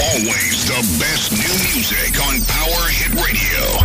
Always the best new music on Power Hit Radio.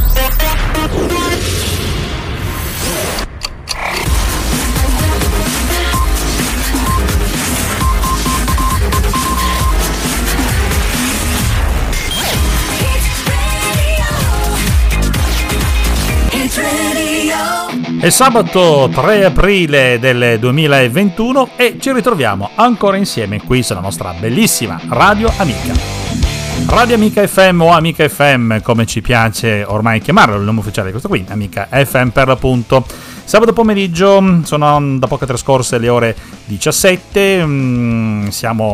È sabato 3 aprile del 2021 e ci ritroviamo ancora insieme qui sulla nostra bellissima Radio Amica. Radio Amica FM o Amica FM, come ci piace ormai chiamarlo, il nome ufficiale è questo qui, Amica FM per l'appunto. Sabato pomeriggio sono da poco trascorse le ore 17, noi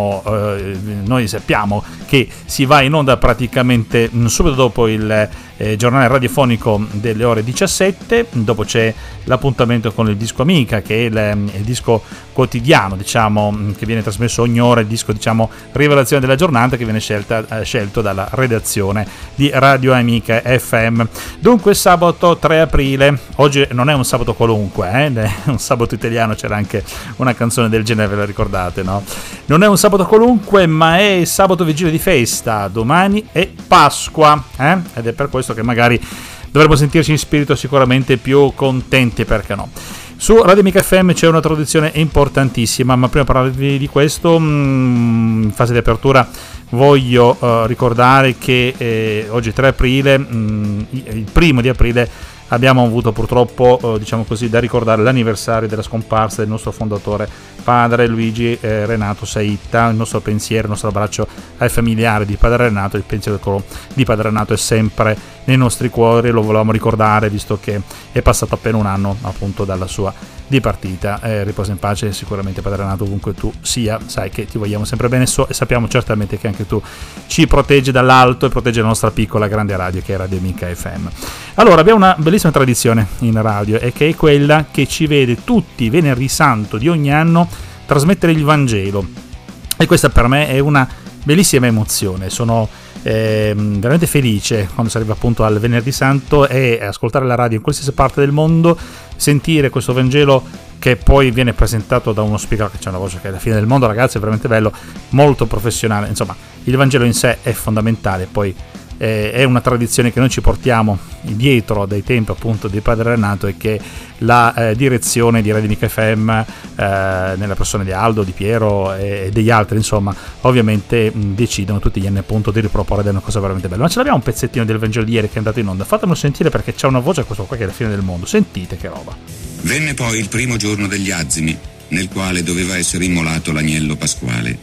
sappiamo che si va in onda praticamente subito dopo il giornale radiofonico delle ore 17, dopo c'è l'appuntamento con il disco Amica, che è il disco quotidiano, diciamo, che viene trasmesso ogni ora, il disco, diciamo, rivelazione della giornata, che viene scelto dalla redazione di Radio Amica FM. Dunque sabato 3 aprile, oggi non è un sabato qualunque, è un sabato italiano, c'era anche una canzone del genere, ve la ricordate, no? Non è un sabato qualunque, ma è sabato vigilia di festa, domani è Pasqua, ed è per questo che magari dovremmo sentirci in spirito sicuramente più contenti, perché no? Su Radio Amica FM c'è una tradizione importantissima, ma prima di parlarvi di questo, in fase di apertura voglio ricordare che oggi è 3 aprile, il 1° di aprile abbiamo avuto purtroppo, diciamo così, da ricordare l'anniversario della scomparsa del nostro fondatore, padre Luigi Renato Saitta. Il nostro pensiero, il nostro abbraccio ai familiari di padre Renato, il pensiero di padre Renato è sempre nei nostri cuori, lo volevamo ricordare visto che è passato appena un anno appunto dalla sua dipartita. Riposa in pace sicuramente padre Renato, ovunque tu sia, sai che ti vogliamo sempre bene e sappiamo certamente che anche tu ci proteggi dall'alto e proteggi la nostra piccola grande radio che è Radio Amica FM. Allora, abbiamo una bellissima tradizione in radio, e che è quella che ci vede tutti venerdì santo di ogni anno trasmettere il Vangelo, e questa per me è una bellissima emozione. Sono veramente felice quando si arriva appunto al venerdì santo e ascoltare la radio in qualsiasi parte del mondo, sentire questo Vangelo che poi viene presentato da uno speaker che c'ha una voce che è la fine del mondo, ragazzi, è veramente bello, molto professionale. Insomma, il Vangelo in sé è fondamentale, poi è una tradizione che noi ci portiamo dietro dai tempi appunto di padre Renato, e che la direzione di Radio Amica FM, nella persona di Aldo, di Piero e degli altri, insomma, ovviamente decidono tutti gli anni appunto di riproporre una cosa veramente bella. Ma ce l'abbiamo un pezzettino del Vangelo di ieri che è andato in onda, fatemelo sentire, perché c'è una voce questo qua che è la fine del mondo, sentite che roba. Venne poi il primo giorno degli azimi, nel quale doveva essere immolato l'agnello pasquale.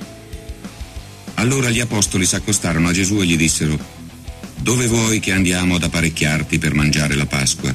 Allora gli apostoli s'accostarono a Gesù e gli dissero: dove vuoi che andiamo ad apparecchiarti per mangiare la Pasqua?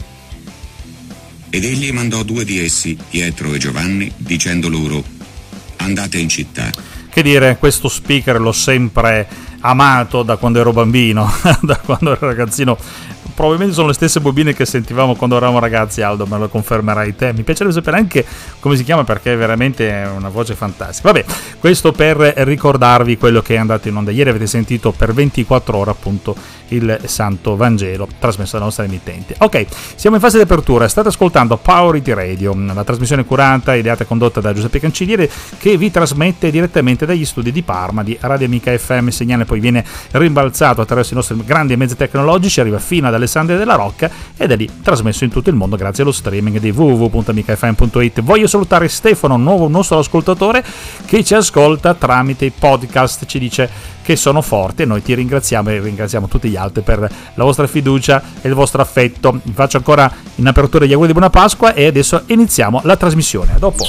Ed egli mandò 2 di essi, Pietro e Giovanni, dicendo loro: andate in città. Che dire, questo speaker l'ho sempre amato da quando ero bambino, da quando ero ragazzino. Probabilmente sono le stesse bobine che sentivamo quando eravamo ragazzi, Aldo, me lo confermerai te. Mi piacerebbe sapere anche come si chiama, perché è veramente una voce fantastica. Vabbè, questo per ricordarvi quello che è andato in onda ieri. Avete sentito per 24 ore appunto il Santo Vangelo, trasmesso dalla nostra emittente. Ok, siamo in fase di apertura, state ascoltando Power Hit Radio, la trasmissione curata, ideata e condotta da Giuseppe Cancelliere, che vi trasmette direttamente dagli studi di Parma di Radio Amica FM. Il segnale poi viene rimbalzato attraverso i nostri grandi mezzi tecnologici, arriva fino ad Alessandria della Rocca ed è lì trasmesso in tutto il mondo grazie allo streaming di www.amicafm.it. Voglio salutare Stefano, un nuovo nostro ascoltatore che ci ascolta tramite i podcast, ci dice che sono forti, e noi ti ringraziamo e ringraziamo tutti gli altri per la vostra fiducia e il vostro affetto. Vi faccio ancora in apertura gli auguri di buona Pasqua e adesso iniziamo la trasmissione. A dopo.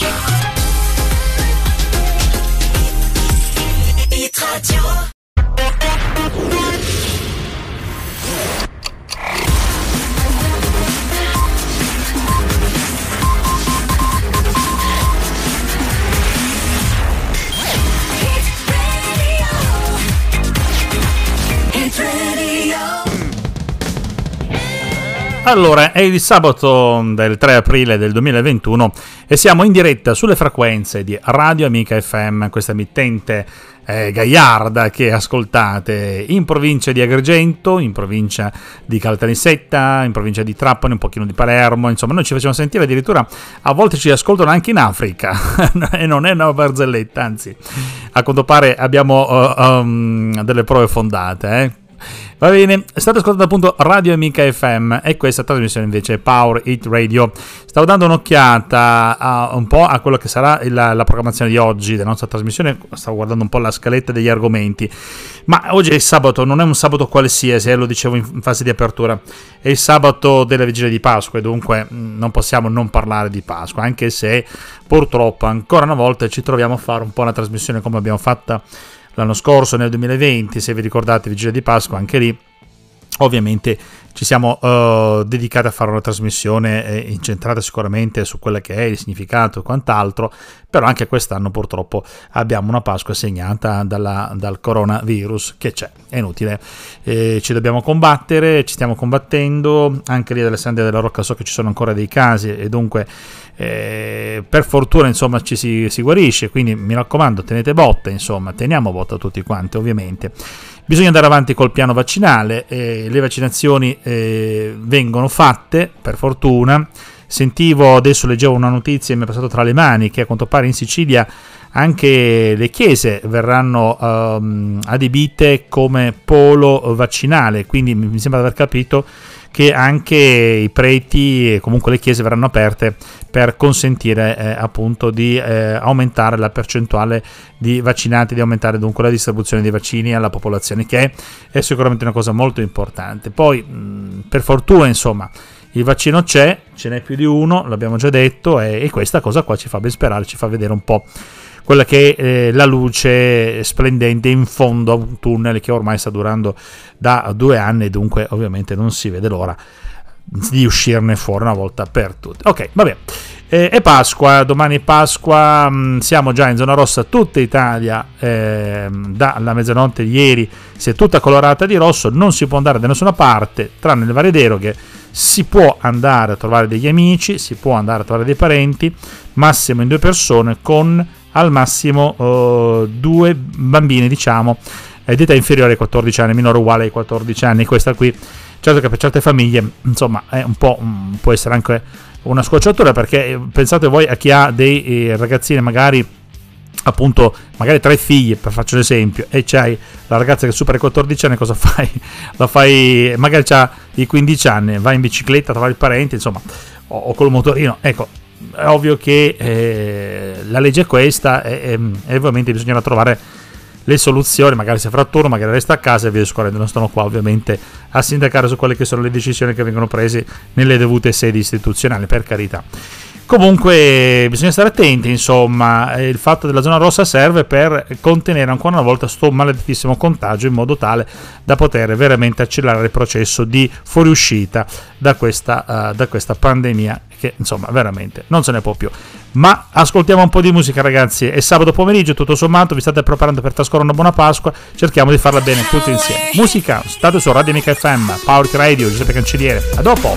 Allora, è il sabato del 3 aprile del 2021 e siamo in diretta sulle frequenze di Radio Amica FM, questa emittente Gagliarda che ascoltate, in provincia di Agrigento, in provincia di Caltanissetta, in provincia di Trapani, un pochino di Palermo, insomma noi ci facciamo sentire, addirittura a volte ci ascoltano anche in Africa e non è una barzelletta, anzi a quanto pare abbiamo delle prove fondate. Va bene, state ascoltando appunto Radio Amica FM e questa trasmissione invece è Power Hit Radio. Stavo dando un'occhiata un po' a quello che sarà la programmazione di oggi della nostra trasmissione, stavo guardando un po' la scaletta degli argomenti, ma oggi è sabato, non è un sabato qualsiasi, lo dicevo in fase di apertura, è il sabato della vigilia di Pasqua e dunque non possiamo non parlare di Pasqua, anche se purtroppo ancora una volta ci troviamo a fare un po' una trasmissione come abbiamo fatta l'anno scorso, nel 2020, se vi ricordate, vigilia di Pasqua, anche lì ovviamente ci siamo dedicati a fare una trasmissione incentrata sicuramente su quello che è il significato e quant'altro, però anche quest'anno purtroppo abbiamo una Pasqua segnata dal coronavirus che c'è, è inutile, ci dobbiamo combattere, ci stiamo combattendo, anche lì ad Alessandria della Rocca so che ci sono ancora dei casi e dunque per fortuna insomma ci si guarisce, quindi mi raccomando tenete botta, insomma teniamo botta tutti quanti. Ovviamente bisogna andare avanti col piano vaccinale, le vaccinazioni vengono fatte per fortuna. Leggevo una notizia e mi è passato tra le mani che a quanto pare in Sicilia anche le chiese verranno adibite come polo vaccinale, quindi mi sembra di aver capito che anche i preti e comunque le chiese verranno aperte per consentire appunto di aumentare la percentuale di vaccinati, di aumentare dunque la distribuzione dei vaccini alla popolazione, che è sicuramente una cosa molto importante. Poi per fortuna insomma il vaccino ce n'è più di uno, l'abbiamo già detto, e questa cosa qua ci fa ben sperare, ci fa vedere un po' quella che è la luce splendente in fondo a un tunnel che ormai sta durando da 2 anni e dunque ovviamente non si vede l'ora di uscirne fuori una volta per tutte. Ok, vabbè, è Pasqua, domani è Pasqua, siamo già in zona rossa tutta Italia, dalla mezzanotte di ieri si è tutta colorata di rosso, non si può andare da nessuna parte tranne le varie deroghe. Si può andare a trovare degli amici, si può andare a trovare dei parenti, massimo in 2 persone, con al massimo 2 bambini, diciamo, di età inferiore ai 14 anni, minore uguale ai 14 anni. Questa qui, certo che per certe famiglie, insomma, è un po', può essere anche una scocciatura, perché pensate voi a chi ha dei ragazzini, magari 3 figli, faccio l'esempio, e c'hai la ragazza che supera i 14 anni, cosa fai? La fai, magari c'ha i 15 anni, va in bicicletta a trovare il parente, insomma, o col motorino, ecco. È ovvio che la legge è questa e ovviamente bisognerà trovare le soluzioni, magari si frattura, magari resta a casa e via discorrendo. Non stanno qua ovviamente a sindacare su quelle che sono le decisioni che vengono prese nelle dovute sedi istituzionali, per carità. Comunque bisogna stare attenti, insomma, il fatto della zona rossa serve per contenere ancora una volta sto maledettissimo contagio, in modo tale da poter veramente accelerare il processo di fuoriuscita da questa pandemia, che insomma veramente non se ne può più. Ma ascoltiamo un po' di musica, ragazzi, è sabato pomeriggio, tutto sommato vi state preparando per trascorrere una buona Pasqua, cerchiamo di farla bene tutti insieme. Musica, state su Radio Amica FM, Power Radio, Giuseppe Cancelliere, a dopo!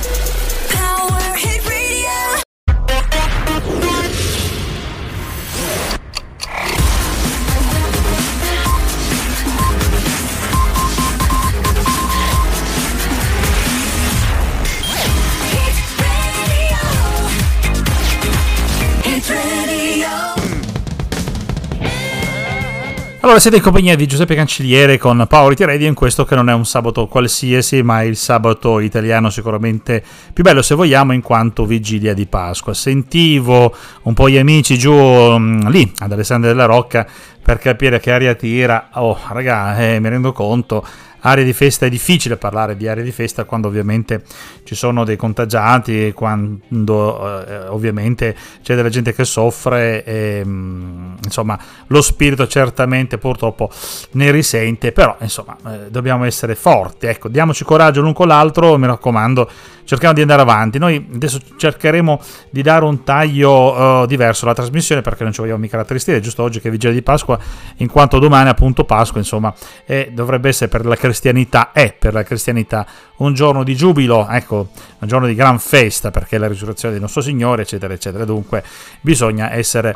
Allora, siete in compagnia di Giuseppe Cancelliere con Power Hit Radio, in questo che non è un sabato qualsiasi, ma è il sabato italiano sicuramente più bello, se vogliamo, in quanto vigilia di Pasqua. Sentivo un po' gli amici giù lì ad Alessandria della Rocca per capire che aria tira. Oh, raga, mi rendo conto, aria di festa, è difficile parlare di aria di festa quando ovviamente ci sono dei contagiati, quando ovviamente c'è della gente che soffre e, insomma, lo spirito certamente purtroppo ne risente, però insomma dobbiamo essere forti, ecco, diamoci coraggio l'un con l'altro, mi raccomando, cerchiamo di andare avanti. Noi adesso cercheremo di dare un taglio diverso alla trasmissione, perché non ci vogliamo mica rattristire, giusto oggi che è vigilia di Pasqua, in quanto domani appunto Pasqua, insomma, dovrebbe essere per la cristianità un giorno di giubilo, ecco, un giorno di gran festa, perché è la risurrezione del nostro Signore, eccetera eccetera. Dunque bisogna essere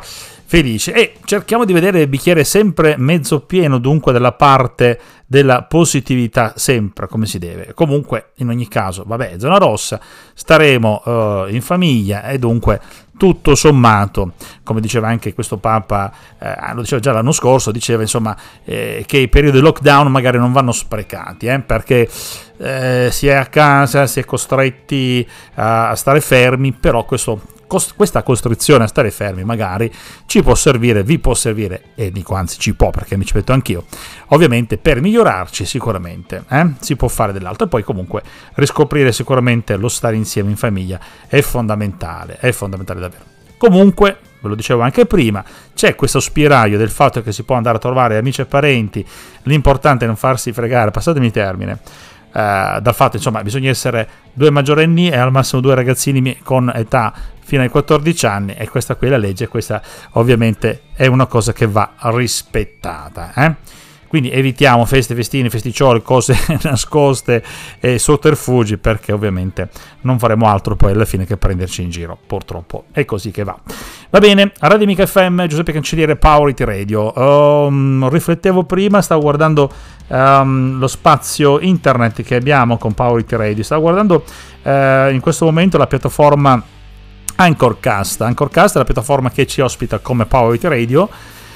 felici, e cerchiamo di vedere il bicchiere sempre mezzo pieno, dunque della parte della positività, sempre come si deve. Comunque, in ogni caso, vabbè, zona rossa, staremo in famiglia, e dunque tutto sommato, come diceva anche questo Papa, lo diceva già l'anno scorso, diceva insomma che i periodi di lockdown magari non vanno sprecati, perché si è a casa, si è costretti a stare fermi, però questa costrizione a stare fermi magari ci può servire, vi può servire, e dico anzi ci può, perché mi ci metto anch'io, ovviamente, per migliorarci sicuramente, si può fare dell'altro, e poi comunque riscoprire sicuramente lo stare insieme in famiglia è fondamentale davvero. Comunque, ve lo dicevo anche prima, c'è questo spiraglio del fatto che si può andare a trovare amici e parenti, l'importante è non farsi fregare, passatemi il termine, dal fatto, insomma, bisogna essere 2 maggiorenni e al massimo 2 ragazzini con età fino ai 14 anni, e questa qui è la legge, questa ovviamente è una cosa che va rispettata, Quindi evitiamo feste, festini, festiccioli, cose nascoste e sotterfugi, perché ovviamente non faremo altro poi alla fine che prenderci in giro, purtroppo è così che va. Va bene, Radio Amica FM, Giuseppe Cancelliere, Power It Radio. Riflettevo prima, stavo guardando lo spazio internet che abbiamo con Power It Radio, stavo guardando in questo momento la piattaforma Anchorcast è la piattaforma che ci ospita come Power It Radio.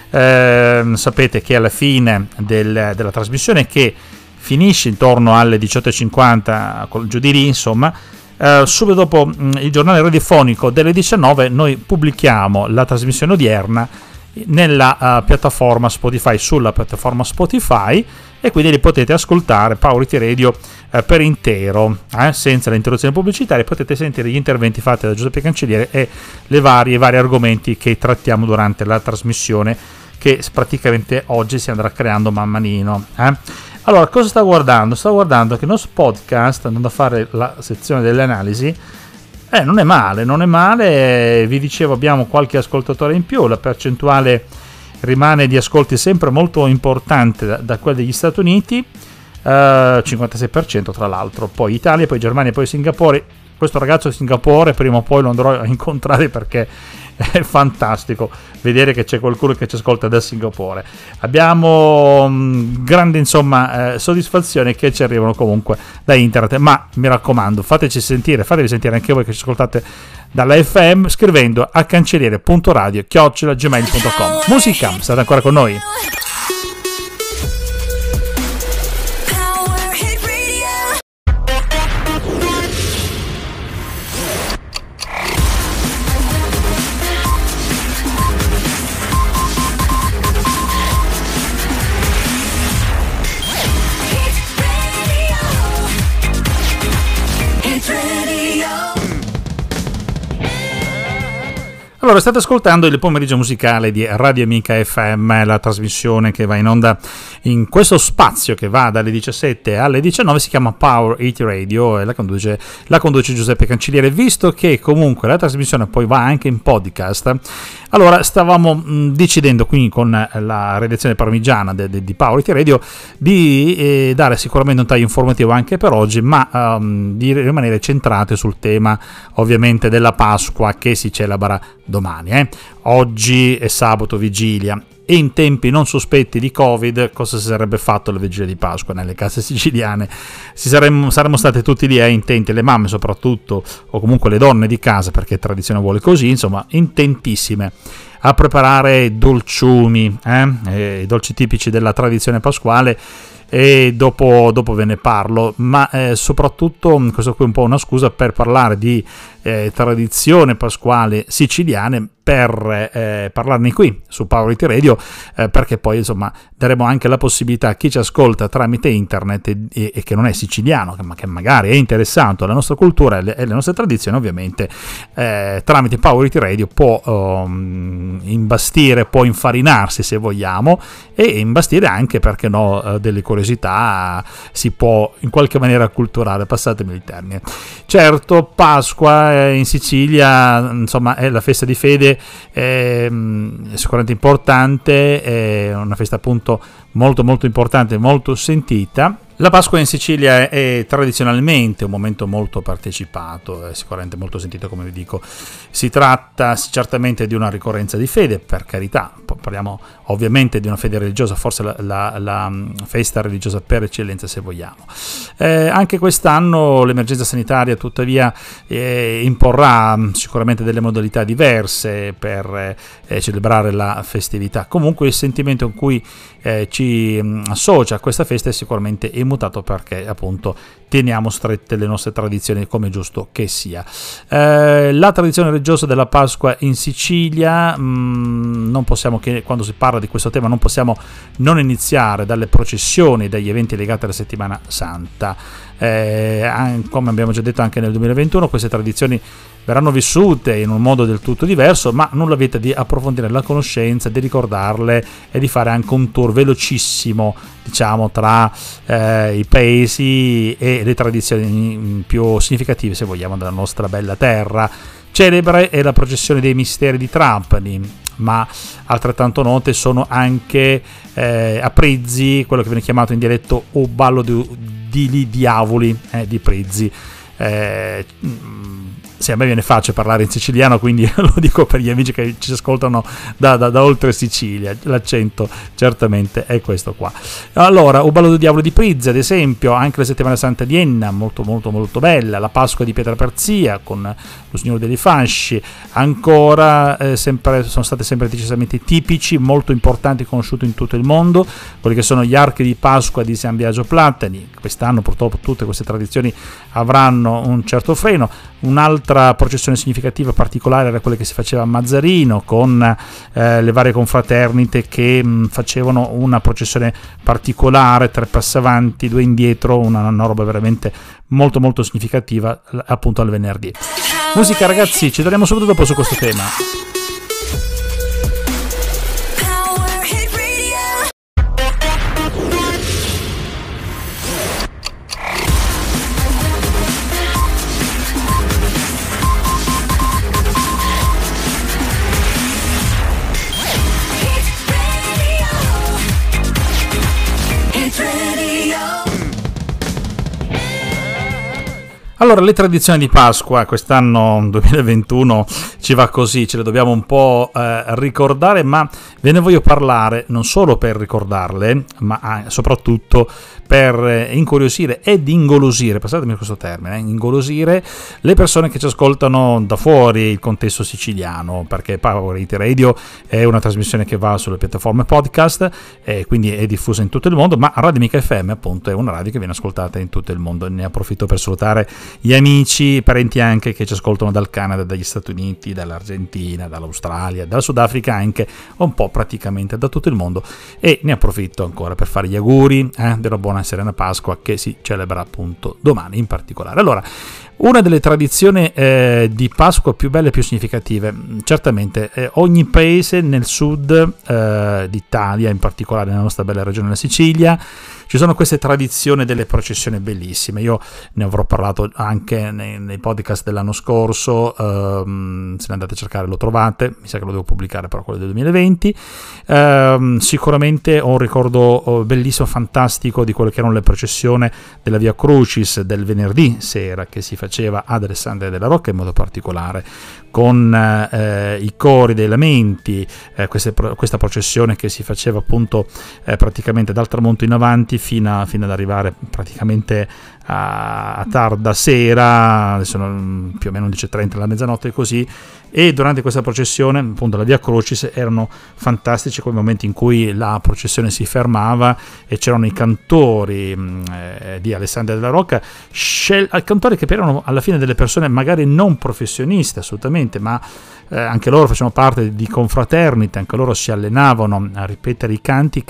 Sapete che alla fine della trasmissione, che finisce intorno alle 18:50, giù di lì insomma, subito dopo il giornale radiofonico delle 19 noi pubblichiamo la trasmissione odierna nella piattaforma Spotify, sulla piattaforma Spotify, e quindi li potete ascoltare Power It Radio per intero, senza le interruzioni pubblicitarie. Potete sentire gli interventi fatti da Giuseppe Cancelliere e i vari argomenti che trattiamo durante la trasmissione, che praticamente oggi si andrà creando man manino. Allora, cosa sto guardando? Sto guardando che il nostro podcast, andando a fare la sezione delle analisi, non è male, vi dicevo, abbiamo qualche ascoltatore in più, la percentuale rimane di ascolti sempre molto importante da quella degli Stati Uniti, 56% tra l'altro, poi Italia, poi Germania, poi Singapore. Questo ragazzo di Singapore prima o poi lo andrò a incontrare, perché è fantastico vedere che c'è qualcuno che ci ascolta da Singapore. Abbiamo grande soddisfazione che ci arrivano comunque da internet, ma mi raccomando, fatevi sentire anche voi che ci ascoltate dalla FM, scrivendo a cancelliere.radio@gmail.com. Musica, state ancora con noi? Allora, state ascoltando il pomeriggio musicale di Radio Amica FM, la trasmissione che va in onda in questo spazio che va dalle 17 alle 19, si chiama Power It Radio, e la conduce Giuseppe Cancelliere. Visto che comunque la trasmissione poi va anche in podcast, allora stavamo decidendo qui con la redazione parmigiana di Power It Radio di dare sicuramente un taglio informativo anche per oggi, ma di rimanere centrati sul tema ovviamente della Pasqua, che si celebra domani. Oggi è sabato vigilia, e in tempi non sospetti di Covid cosa si sarebbe fatto alla vigilia di Pasqua nelle case siciliane? Saremmo state tutti lì intenti, le mamme soprattutto, o comunque le donne di casa, perché tradizione vuole così, insomma, intentissime a preparare dolciumi, i dolci tipici della tradizione pasquale, e dopo ve ne parlo, ma soprattutto questo qui è un po' una scusa per parlare di tradizione pasquale siciliane, per parlarne qui su Power It Radio, perché poi insomma daremo anche la possibilità a chi ci ascolta tramite internet e che non è siciliano, ma che magari è interessato alla nostra cultura e alle nostre tradizioni, ovviamente tramite Power It Radio può imbastire, può infarinarsi se vogliamo, e imbastire anche, perché no, delle curiosità, si può in qualche maniera acculturare, passatemi il termine. Certo, Pasqua in Sicilia insomma è la festa di fede, è sicuramente importante, è una festa appunto molto molto importante, molto sentita, La Pasqua in Sicilia è tradizionalmente un momento molto partecipato, è sicuramente molto sentito, come vi dico. Si tratta certamente di una ricorrenza di fede, per carità, parliamo ovviamente di una fede religiosa, forse la festa religiosa per eccellenza, se vogliamo. Anche quest'anno l'emergenza sanitaria tuttavia imporrà sicuramente delle modalità diverse per celebrare la festività. Comunque il sentimento in cui ci associa a questa festa è sicuramente immutato, perché appunto teniamo strette le nostre tradizioni, come giusto che sia. La tradizione religiosa della Pasqua in Sicilia, non possiamo che, quando si parla di questo tema, non possiamo non iniziare dalle processioni e dagli eventi legati alla settimana santa. Come abbiamo già detto anche nel 2021, queste tradizioni verranno vissute in un modo del tutto diverso, ma nulla vieta di approfondire la conoscenza, di ricordarle e di fare anche un tour velocissimo, diciamo, tra i paesi e le tradizioni più significative, se vogliamo, della nostra bella terra. Celebre è la processione dei misteri di Trapani, ma altrettanto note sono anche a Prizzi, quello che viene chiamato in dialetto o ballo di diavoli di Prizzi. Sì, a me viene facile parlare in siciliano, quindi lo dico per gli amici che ci ascoltano da oltre Sicilia, l'accento certamente è questo qua. Allora, un ballo del diavolo di Prizzi, ad esempio, anche la settimana santa di Enna, molto molto molto bella, la Pasqua di Pietraperzia con lo Signore degli Fasci, ancora sono state sempre decisamente tipici, molto importanti, conosciuti in tutto il mondo, quelli che sono gli archi di Pasqua di San Biagio Platani. Quest'anno purtroppo tutte queste tradizioni avranno un certo freno. Un'altra processione significativa particolare era quella che si faceva a Mazzarino, con le varie confraternite che facevano una processione particolare, 3 passi avanti, 2 indietro, una roba veramente molto molto significativa, appunto al venerdì. Musica, ragazzi, ci torniamo subito dopo su questo tema. Allora, le tradizioni di Pasqua quest'anno 2021 ci va così, ce le dobbiamo un po' ricordare, ma ve ne voglio parlare non solo per ricordarle, ma soprattutto per incuriosire ed ingolosire, passatemi questo termine, ingolosire le persone che ci ascoltano da fuori il contesto siciliano, perché Power Hit Radio è una trasmissione che va sulle piattaforme podcast e quindi è diffusa in tutto il mondo, ma Radio Amica FM appunto è una radio che viene ascoltata in tutto il mondo. Ne approfitto per salutare gli amici, parenti anche, che ci ascoltano dal Canada, dagli Stati Uniti, dall'Argentina, dall'Australia, dal Sudafrica, anche un po' praticamente da tutto il mondo, e ne approfitto ancora per fare gli auguri della buona serena Pasqua, che si celebra appunto domani in particolare. Allora, una delle tradizioni di Pasqua più belle e più significative, certamente ogni paese nel sud d'Italia, in particolare nella nostra bella regione, la Sicilia, ci sono queste tradizioni delle processioni bellissime. Io ne avrò parlato anche nei podcast dell'anno scorso, se ne andate a cercare lo trovate, mi sa che lo devo pubblicare però quello del 2020. Sicuramente ho un ricordo bellissimo, fantastico, di quelle che erano le processioni della Via Crucis del venerdì sera, che si faceva ad Alessandria della Rocca in modo particolare, con i cori dei lamenti, questa processione che si faceva appunto praticamente dal tramonto in avanti fino ad arrivare praticamente a tarda sera, adesso più o meno 11:30, la mezzanotte così. E durante questa processione, appunto la Via Crucis, erano fantastici quei momenti in cui la processione si fermava e c'erano i cantori di Alessandria della Rocca, cantori che erano alla fine delle persone magari non professioniste assolutamente, ma anche loro facevano parte di confraternite, anche loro si allenavano a ripetere i canti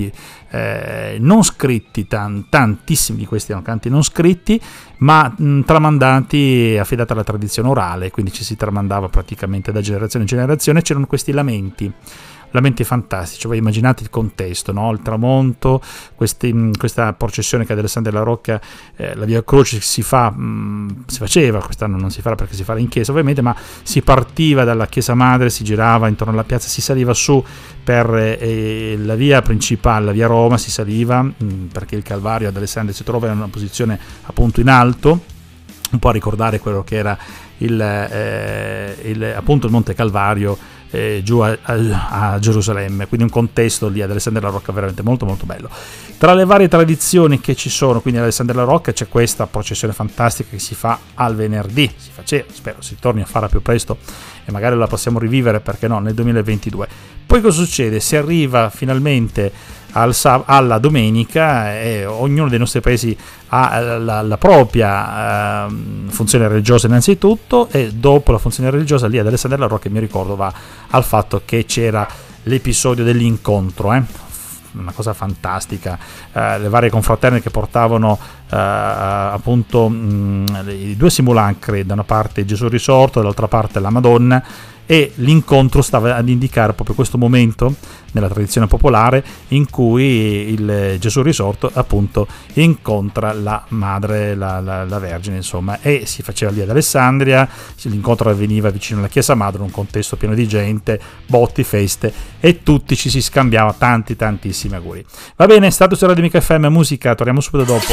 non scritti, tantissimi di questi erano canti non scritti, ma tramandati, affidati alla tradizione orale, quindi ci si tramandava praticamente da generazione in generazione. C'erano questi lamenti lamenti fantastici. Voi immaginate il contesto, no? Il tramonto, questa processione che ad Alessandria della Rocca, la Via Croce si faceva, quest'anno non si farà perché si farà in chiesa ovviamente, ma si partiva dalla chiesa madre, si girava intorno alla piazza, si saliva su per la via principale, la via Roma, si saliva perché il Calvario ad Alessandria si trova in una posizione appunto in alto, un po' a ricordare quello che era appunto il Monte Calvario giù a Gerusalemme, quindi un contesto lì ad Alessandria della Rocca veramente molto molto bello. Tra le varie tradizioni che ci sono quindi ad Alessandria della Rocca c'è questa processione fantastica che si fa al venerdì, si faceva, spero si torni a fare più presto e magari la possiamo rivivere, perché no, nel 2022. Poi cosa succede? Si arriva finalmente alla domenica e ognuno dei nostri paesi ha la propria funzione religiosa innanzitutto, e dopo la funzione religiosa lì ad Alessandria della Rocca, mi ricordo, va al fatto che c'era l'episodio dell'incontro, una cosa fantastica, le varie confraterne che portavano appunto i due simulacri, da una parte Gesù risorto, dall'altra parte la Madonna, e l'incontro stava ad indicare proprio questo momento nella tradizione popolare in cui il Gesù risorto appunto incontra la madre, la Vergine, insomma, e si faceva lì ad Alessandria. L'incontro avveniva vicino alla chiesa madre, un contesto pieno di gente, botti, feste, e tutti ci si scambiava tantissimi auguri. Va bene, stato su Radio Amica FM Musica, torniamo subito dopo.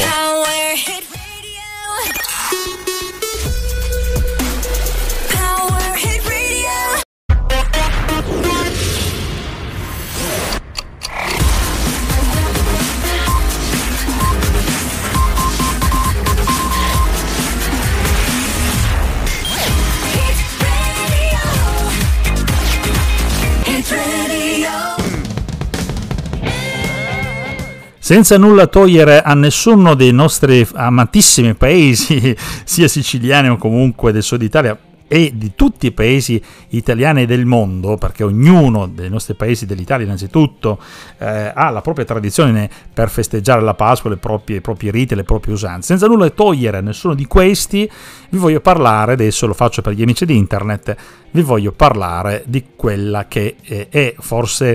Senza nulla togliere a nessuno dei nostri amatissimi paesi, sia siciliani o comunque del sud Italia, e di tutti i paesi italiani del mondo, perché ognuno dei nostri paesi dell'Italia innanzitutto ha la propria tradizione per festeggiare la Pasqua, i propri riti, le proprie usanze. Senza nulla togliere a nessuno di questi, vi voglio parlare, adesso lo faccio per gli amici di internet, vi voglio parlare di quella che è forse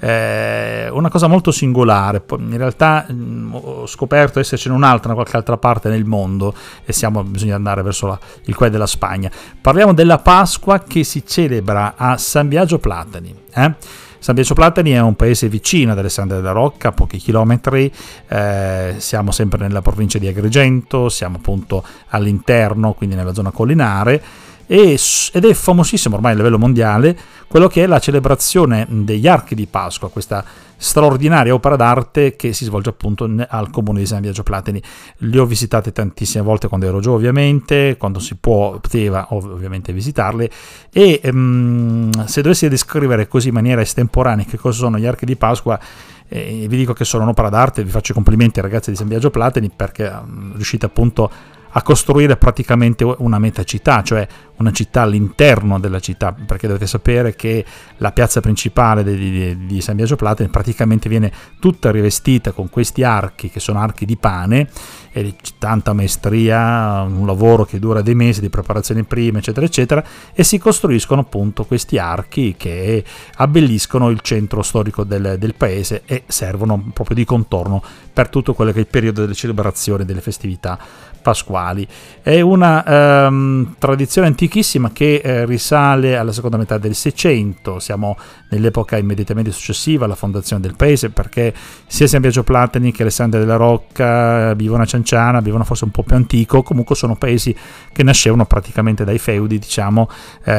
una cosa molto singolare. In realtà ho scoperto essercene un'altra da qualche altra parte nel mondo, e bisogna andare verso il cuore della Spagna. Parliamo della Pasqua che si celebra a San Biagio Platani. San Biagio Platani è un paese vicino ad Alessandria della Rocca, a pochi chilometri, siamo sempre nella provincia di Agrigento, siamo appunto all'interno, quindi nella zona collinare, ed è famosissimo ormai a livello mondiale quello che è la celebrazione degli archi di Pasqua, questa straordinaria opera d'arte che si svolge appunto al comune di San Biagio Platani. Li ho visitate tantissime volte quando ero giù, ovviamente, quando si poteva ovviamente visitarli, e se dovessi descrivere così in maniera estemporanea che cosa sono gli archi di Pasqua, vi dico che sono un'opera d'arte. Vi faccio i complimenti ai ragazzi di San Biagio Platani, perché riuscite appunto a costruire praticamente una metacittà, cioè una città all'interno della città, perché dovete sapere che la piazza principale di San Biagio Platani praticamente viene tutta rivestita con questi archi, che sono archi di pane, e tanta maestria, un lavoro che dura dei mesi di preparazione prima, eccetera eccetera, e si costruiscono appunto questi archi che abbelliscono il centro storico del paese e servono proprio di contorno per tutto quello che è il periodo delle celebrazioni, delle festività pasquali. È una tradizione antichissima che risale alla seconda metà del Seicento. Siamo nell'epoca immediatamente successiva alla fondazione del paese, perché sia San Biagio Platani che Alessandria della Rocca, Bivona Cianciana, Bivona forse un po' più antico, comunque sono paesi che nascevano praticamente dai feudi, diciamo,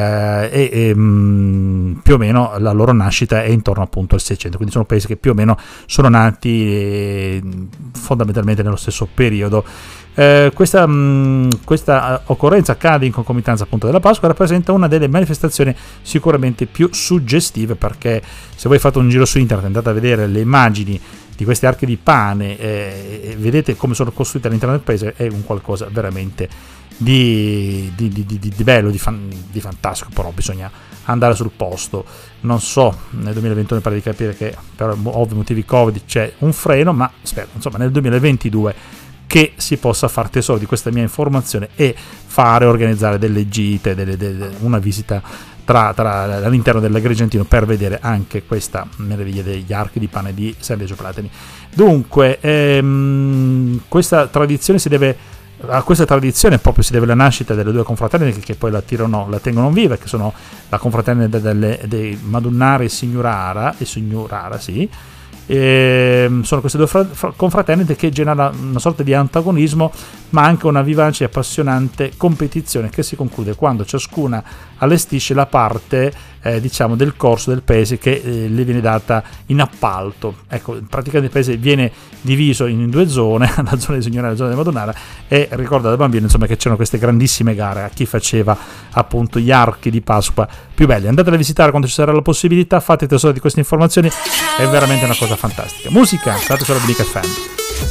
e più o meno la loro nascita è intorno appunto al Seicento, quindi sono paesi che più o meno sono nati fondamentalmente nello stesso periodo. Questa occorrenza accade in concomitanza appunto della Pasqua e rappresenta una delle manifestazioni sicuramente più suggestive, perché se voi fate un giro su internet, andate a vedere le immagini di questi archi di pane e vedete come sono costruiti all'interno del paese, è un qualcosa veramente di bello, di fantastico. Però bisogna andare sul posto. Non so, nel 2021 pare di capire che per ovvi motivi Covid c'è un freno, ma spero insomma nel 2022 che si possa far tesoro di questa mia informazione e organizzare delle gite, una visita all'interno dell'Agrigentino per vedere anche questa meraviglia degli archi di pane di San Biagio Platini. Dunque, questa tradizione proprio si deve alla nascita delle due confraternite che poi la tengono viva, che sono la confraternita dei Madunnara e Signurara, sì. Sono queste due confraternite che generano una sorta di antagonismo, ma anche una vivace e appassionante competizione che si conclude quando ciascuna allestisce la parte del corso del paese che le viene data in appalto. Ecco, praticamente il paese viene diviso in due zone, la zona di Signora e la zona di Madonnara, e ricorda da bambino insomma che c'erano queste grandissime gare a chi faceva appunto gli archi di Pasqua più belli. Andatele a visitare quando ci sarà la possibilità, fate tesoro di queste informazioni, è veramente una cosa fantastica. Musica, state sulla Benic FM.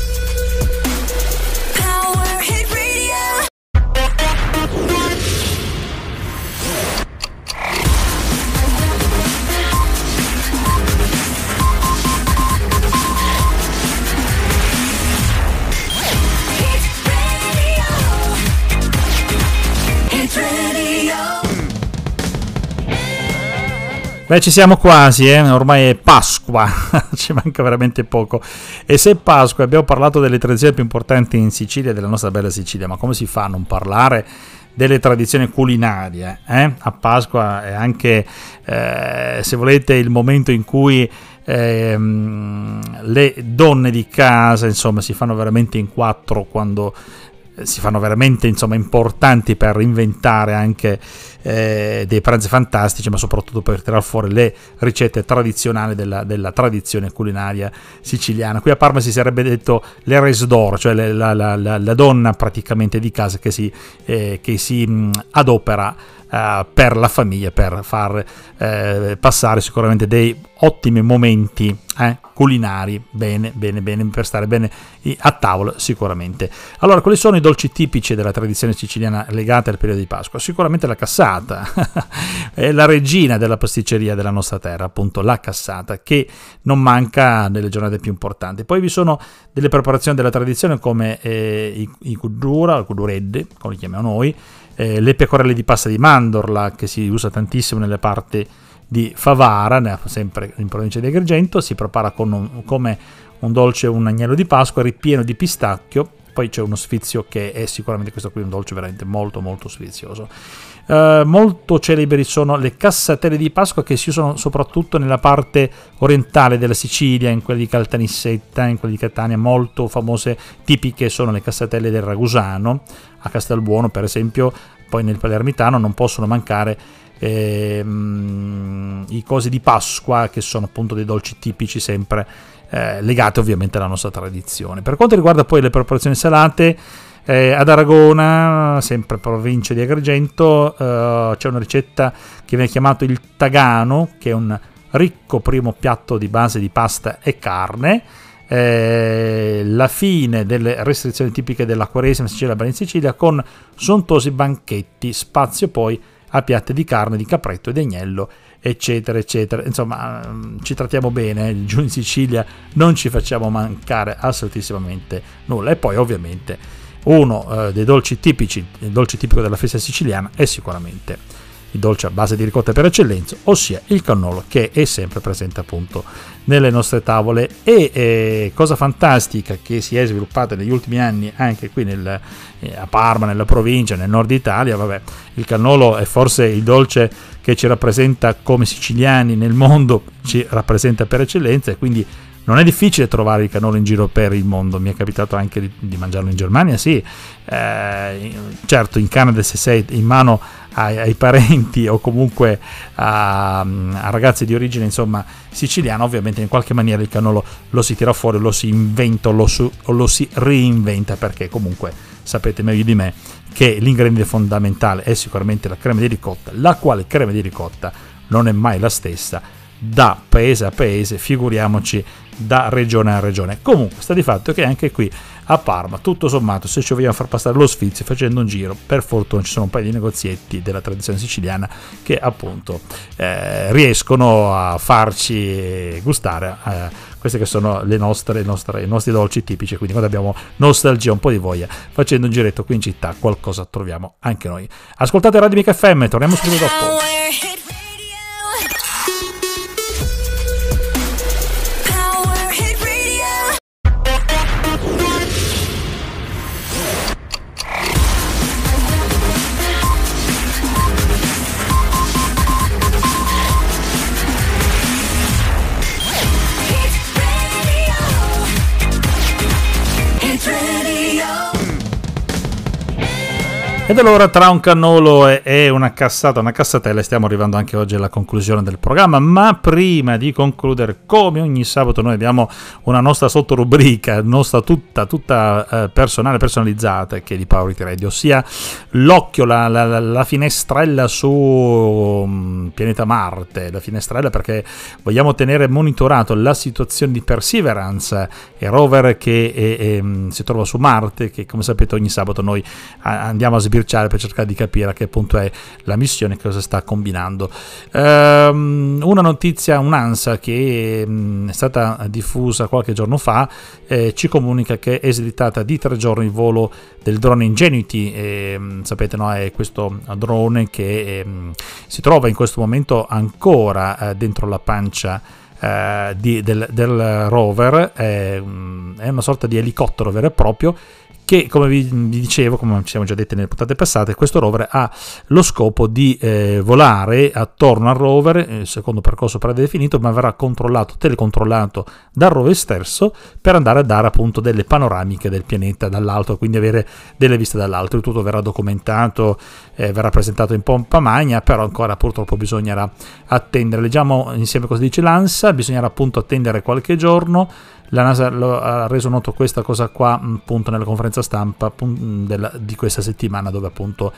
Beh, ci siamo quasi, ormai è Pasqua, ci manca veramente poco. E se è Pasqua, abbiamo parlato delle tradizioni più importanti in Sicilia, della nostra bella Sicilia, ma come si fa a non parlare delle tradizioni culinarie? A Pasqua è anche, se volete, il momento in cui le donne di casa, insomma, si fanno veramente in quattro quando si fanno veramente importanti per inventare anche dei pranzi fantastici, ma soprattutto per tirar fuori le ricette tradizionali della tradizione culinaria siciliana. Qui a Parma si sarebbe detto le res d'oro, cioè la donna praticamente di casa che si adopera per la famiglia, per far passare sicuramente dei ottimi momenti culinari, bene, per stare bene a tavola sicuramente. Allora, quali sono i dolci tipici della tradizione siciliana legati al periodo di Pasqua? Sicuramente la cassata, è la regina della pasticceria della nostra terra, appunto la cassata, che non manca nelle giornate più importanti. Poi vi sono delle preparazioni della tradizione come i kudura, il kuduredde, come li chiamiamo noi, le pecorelle di pasta di mandorla, che si usa tantissimo nelle parti di Favara, sempre in provincia di Agrigento. Si prepara come un dolce, un agnello di Pasqua ripieno di pistacchio. Poi c'è uno sfizio che è sicuramente questo qui, un dolce veramente molto molto sfizioso. Molto celebri sono le cassatelle di Pasqua, che si usano soprattutto nella parte orientale della Sicilia, in quella di Caltanissetta, in quella di Catania. Molto famose, tipiche sono le cassatelle del Ragusano a Castelbuono, per esempio. Poi nel palermitano non possono mancare i cosi di Pasqua, che sono appunto dei dolci tipici sempre legati ovviamente alla nostra tradizione. Per quanto riguarda poi le preparazioni salate, ad Aragona, sempre provincia di Agrigento, c'è una ricetta che viene chiamato il tagano, che è un ricco primo piatto di base di pasta e carne. La fine delle restrizioni tipiche della Quaresima Sicilia in Sicilia, con sontuosi banchetti, spazio poi a piatti di carne di capretto ed agnello, eccetera eccetera. Insomma, ci trattiamo bene giù in Sicilia, non ci facciamo mancare assolutissimamente nulla. E poi ovviamente uno dei dolci tipici, il dolce tipico della festa siciliana, è sicuramente il dolce a base di ricotta per eccellenza, ossia il cannolo, che è sempre presente appunto nelle nostre tavole. E cosa fantastica che si è sviluppata negli ultimi anni anche qui a Parma, nella provincia, nel nord Italia. Il cannolo è forse il dolce che ci rappresenta come siciliani nel mondo, ci rappresenta per eccellenza, e quindi non è difficile trovare il cannolo in giro per il mondo. Mi è capitato anche di mangiarlo in Germania, sì. Certo, in Canada, se sei in mano ai parenti o comunque a ragazzi di origine insomma siciliana, ovviamente in qualche maniera il cannolo lo si tira fuori, lo si inventa o lo si reinventa, perché comunque sapete meglio di me che l'ingrediente fondamentale è sicuramente la crema di ricotta, la quale crema di ricotta non è mai la stessa da paese a paese, figuriamoci da regione a regione. Comunque sta di fatto che anche qui a Parma, tutto sommato, se ci vogliamo far passare lo sfizio facendo un giro, per fortuna ci sono un paio di negozietti della tradizione siciliana che appunto riescono a farci gustare queste che sono i nostri dolci tipici. Quindi quando abbiamo nostalgia, un po' di voglia, facendo un giretto qui in città, qualcosa troviamo anche noi. Ascoltate Radio Amica FM, torniamo subito dopo. Ed allora tra un cannolo e una cassatella stiamo arrivando anche oggi alla conclusione del programma, ma prima di concludere, come ogni sabato noi abbiamo una nostra sottorubrica, nostra tutta personalizzata, che è di Power Hit Radio, ossia l'occhio, la finestrella su pianeta Marte, la finestrella perché vogliamo tenere monitorato la situazione di Perseverance, il rover che si trova su Marte, che come sapete ogni sabato noi andiamo a per cercare di capire a che punto è la missione e cosa sta combinando. Una notizia, un'ANSA che è stata diffusa qualche giorno fa, ci comunica che è slittata di 3 giorni il volo del drone Ingenuity. Sapete, no, è questo drone che si trova in questo momento ancora dentro la pancia del rover. È una sorta di elicottero vero e proprio che, come vi dicevo, come ci siamo già detti nelle puntate passate, questo rover ha lo scopo di volare attorno al rover, secondo percorso predefinito, ma verrà telecontrollato dal rover stesso per andare a dare appunto delle panoramiche del pianeta dall'alto, quindi avere delle viste dall'alto. Il tutto verrà documentato, verrà presentato in pompa magna, però ancora purtroppo bisognerà attendere. Leggiamo insieme cosa dice l'ANSA: bisognerà appunto attendere qualche giorno. La NASA ha reso noto questa cosa qua appunto nella conferenza stampa di questa settimana, dove appunto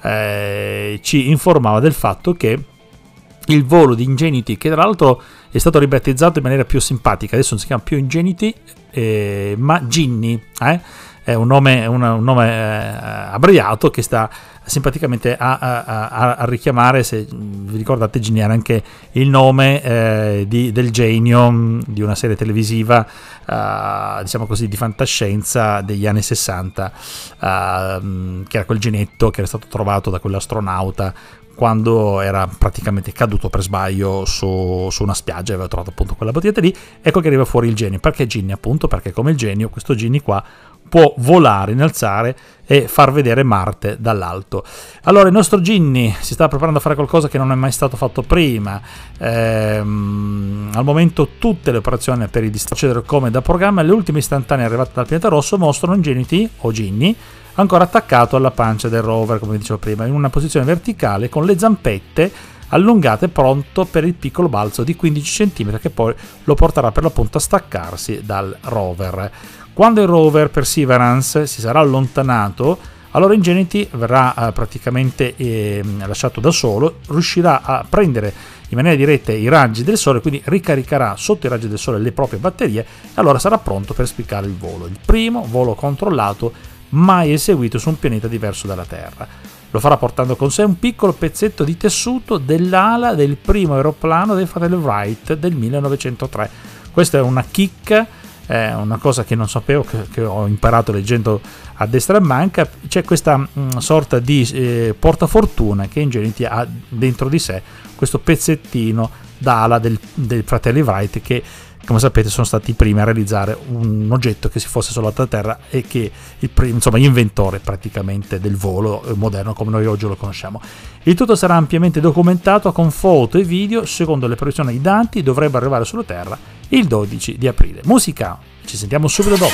ci informava del fatto che il volo di Ingenuity, che tra l'altro è stato ribattezzato in maniera più simpatica, adesso non si chiama più Ingenuity ma Ginny, è un nome abbreviato che sta simpaticamente a richiamare, se vi ricordate, Ginny era anche il nome del genio di una serie televisiva diciamo così di fantascienza degli anni 60, che era quel genetto che era stato trovato da quell'astronauta quando era praticamente caduto per sbaglio su una spiaggia, aveva trovato appunto quella bottiglietta lì. Ecco che arriva fuori il genio. Perché Ginny? Appunto perché come il genio, questo Ginny qua può volare, innalzare e far vedere Marte dall'alto. Allora il nostro Ginny si sta preparando a fare qualcosa che non è mai stato fatto prima. Al momento tutte le operazioni per il procedere come da programma, le ultime istantanee arrivate dal pianeta rosso mostrano Ingenuity o Ginny ancora attaccato alla pancia del rover, come dicevo prima, in una posizione verticale con le zampette allungate, pronto per il piccolo balzo di 15 cm che poi lo porterà per l'appunto a staccarsi dal rover. Quando il rover Perseverance si sarà allontanato, allora Ingenuity verrà praticamente lasciato da solo, riuscirà a prendere in maniera diretta i raggi del sole, quindi ricaricherà sotto i raggi del sole le proprie batterie e allora sarà pronto per spiccare il volo. Il primo volo controllato mai eseguito su un pianeta diverso dalla Terra. Lo farà portando con sé un piccolo pezzetto di tessuto dell'ala del primo aeroplano dei fratelli Wright del 1903. Questa è una chicca, una cosa che non sapevo, che ho imparato leggendo a destra e manca. C'è questa sorta di portafortuna che Ingenuity ha dentro di sé, questo pezzettino d'ala dei fratelli Wright, che come sapete sono stati i primi a realizzare un oggetto che si fosse sollevato a terra e che insomma gli inventori praticamente del volo moderno come noi oggi lo conosciamo. Il tutto sarà ampiamente documentato con foto e video. Secondo le previsioni, i dati dovrebbe arrivare sulla Terra il 12 di aprile. Musica, ci sentiamo subito dopo.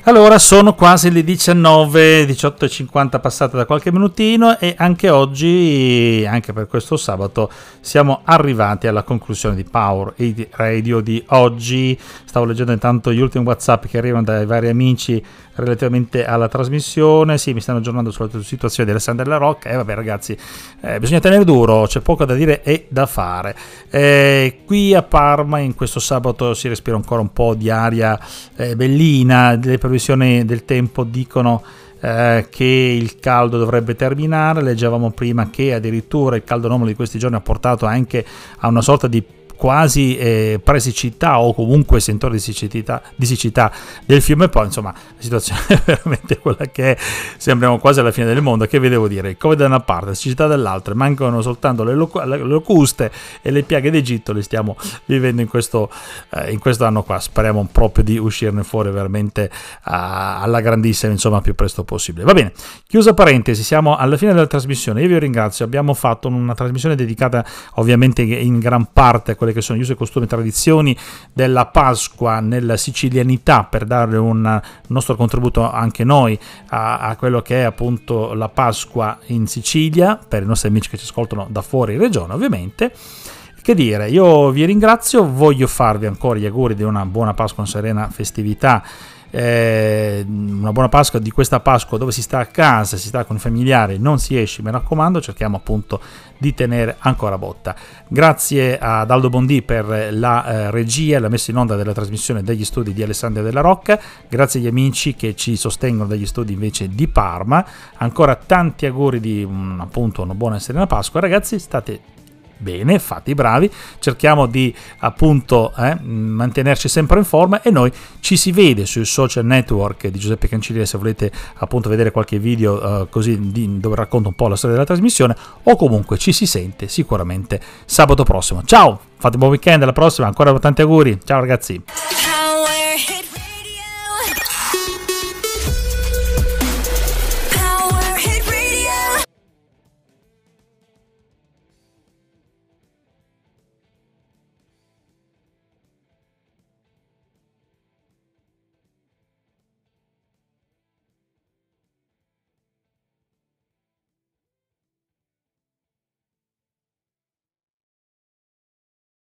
Allora, sono quasi le 19, 18:50 passate da qualche minutino e anche oggi, anche per questo sabato, siamo arrivati alla conclusione di Power Hit Radio di oggi. Stavo leggendo intanto gli ultimi WhatsApp che arrivano dai vari amici relativamente alla trasmissione. Sì, mi stanno aggiornando sulla situazione di Alessandro della Rocca. Vabbè ragazzi, bisogna tenere duro, c'è poco da dire e da fare. Qui a Parma in questo sabato si respira ancora un po' di aria bellina. Le previsioni del tempo dicono che il caldo dovrebbe terminare. Leggevamo prima che addirittura il caldo anomalo di questi giorni ha portato anche a una sorta di quasi presiccità o comunque sentore di siccità del fiume Po. Insomma, la situazione è veramente quella che è. Sembriamo quasi alla fine del mondo. Che vi devo dire? Il Covid da una parte, la siccità dall'altra, mancano soltanto le locuste e le piaghe d'Egitto. Le stiamo vivendo in questo anno qua. Speriamo proprio di uscirne fuori veramente alla grandissima, insomma, più presto possibile. Va bene, chiusa parentesi, siamo alla fine della trasmissione. Io vi ringrazio. Abbiamo fatto una trasmissione dedicata ovviamente in gran parte a quelle che sono gli usi e costumi e tradizioni della Pasqua nella sicilianità, per dare un nostro contributo anche noi a quello che è appunto la Pasqua in Sicilia, per i nostri amici che ci ascoltano da fuori regione ovviamente. Che dire, io vi ringrazio, voglio farvi ancora gli auguri di una buona Pasqua, una serena festività, una buona Pasqua, di questa Pasqua dove si sta a casa, si sta con i familiari, non si esce, mi raccomando, cerchiamo appunto di tenere ancora botta. Grazie ad Aldo Bondi per la regia e la messa in onda della trasmissione degli studi di Alessandro della Rocca, grazie agli amici che ci sostengono dagli studi invece di Parma, ancora tanti auguri di appunto una buona e serena Pasqua. Ragazzi, state bene, fate i bravi, cerchiamo di appunto mantenerci sempre in forma e noi ci si vede sui social network di Giuseppe Cancilliere se volete appunto vedere qualche video così dove racconto un po' la storia della trasmissione, o comunque ci si sente sicuramente sabato prossimo. Ciao, fate un buon weekend, alla prossima, ancora tanti auguri, ciao ragazzi.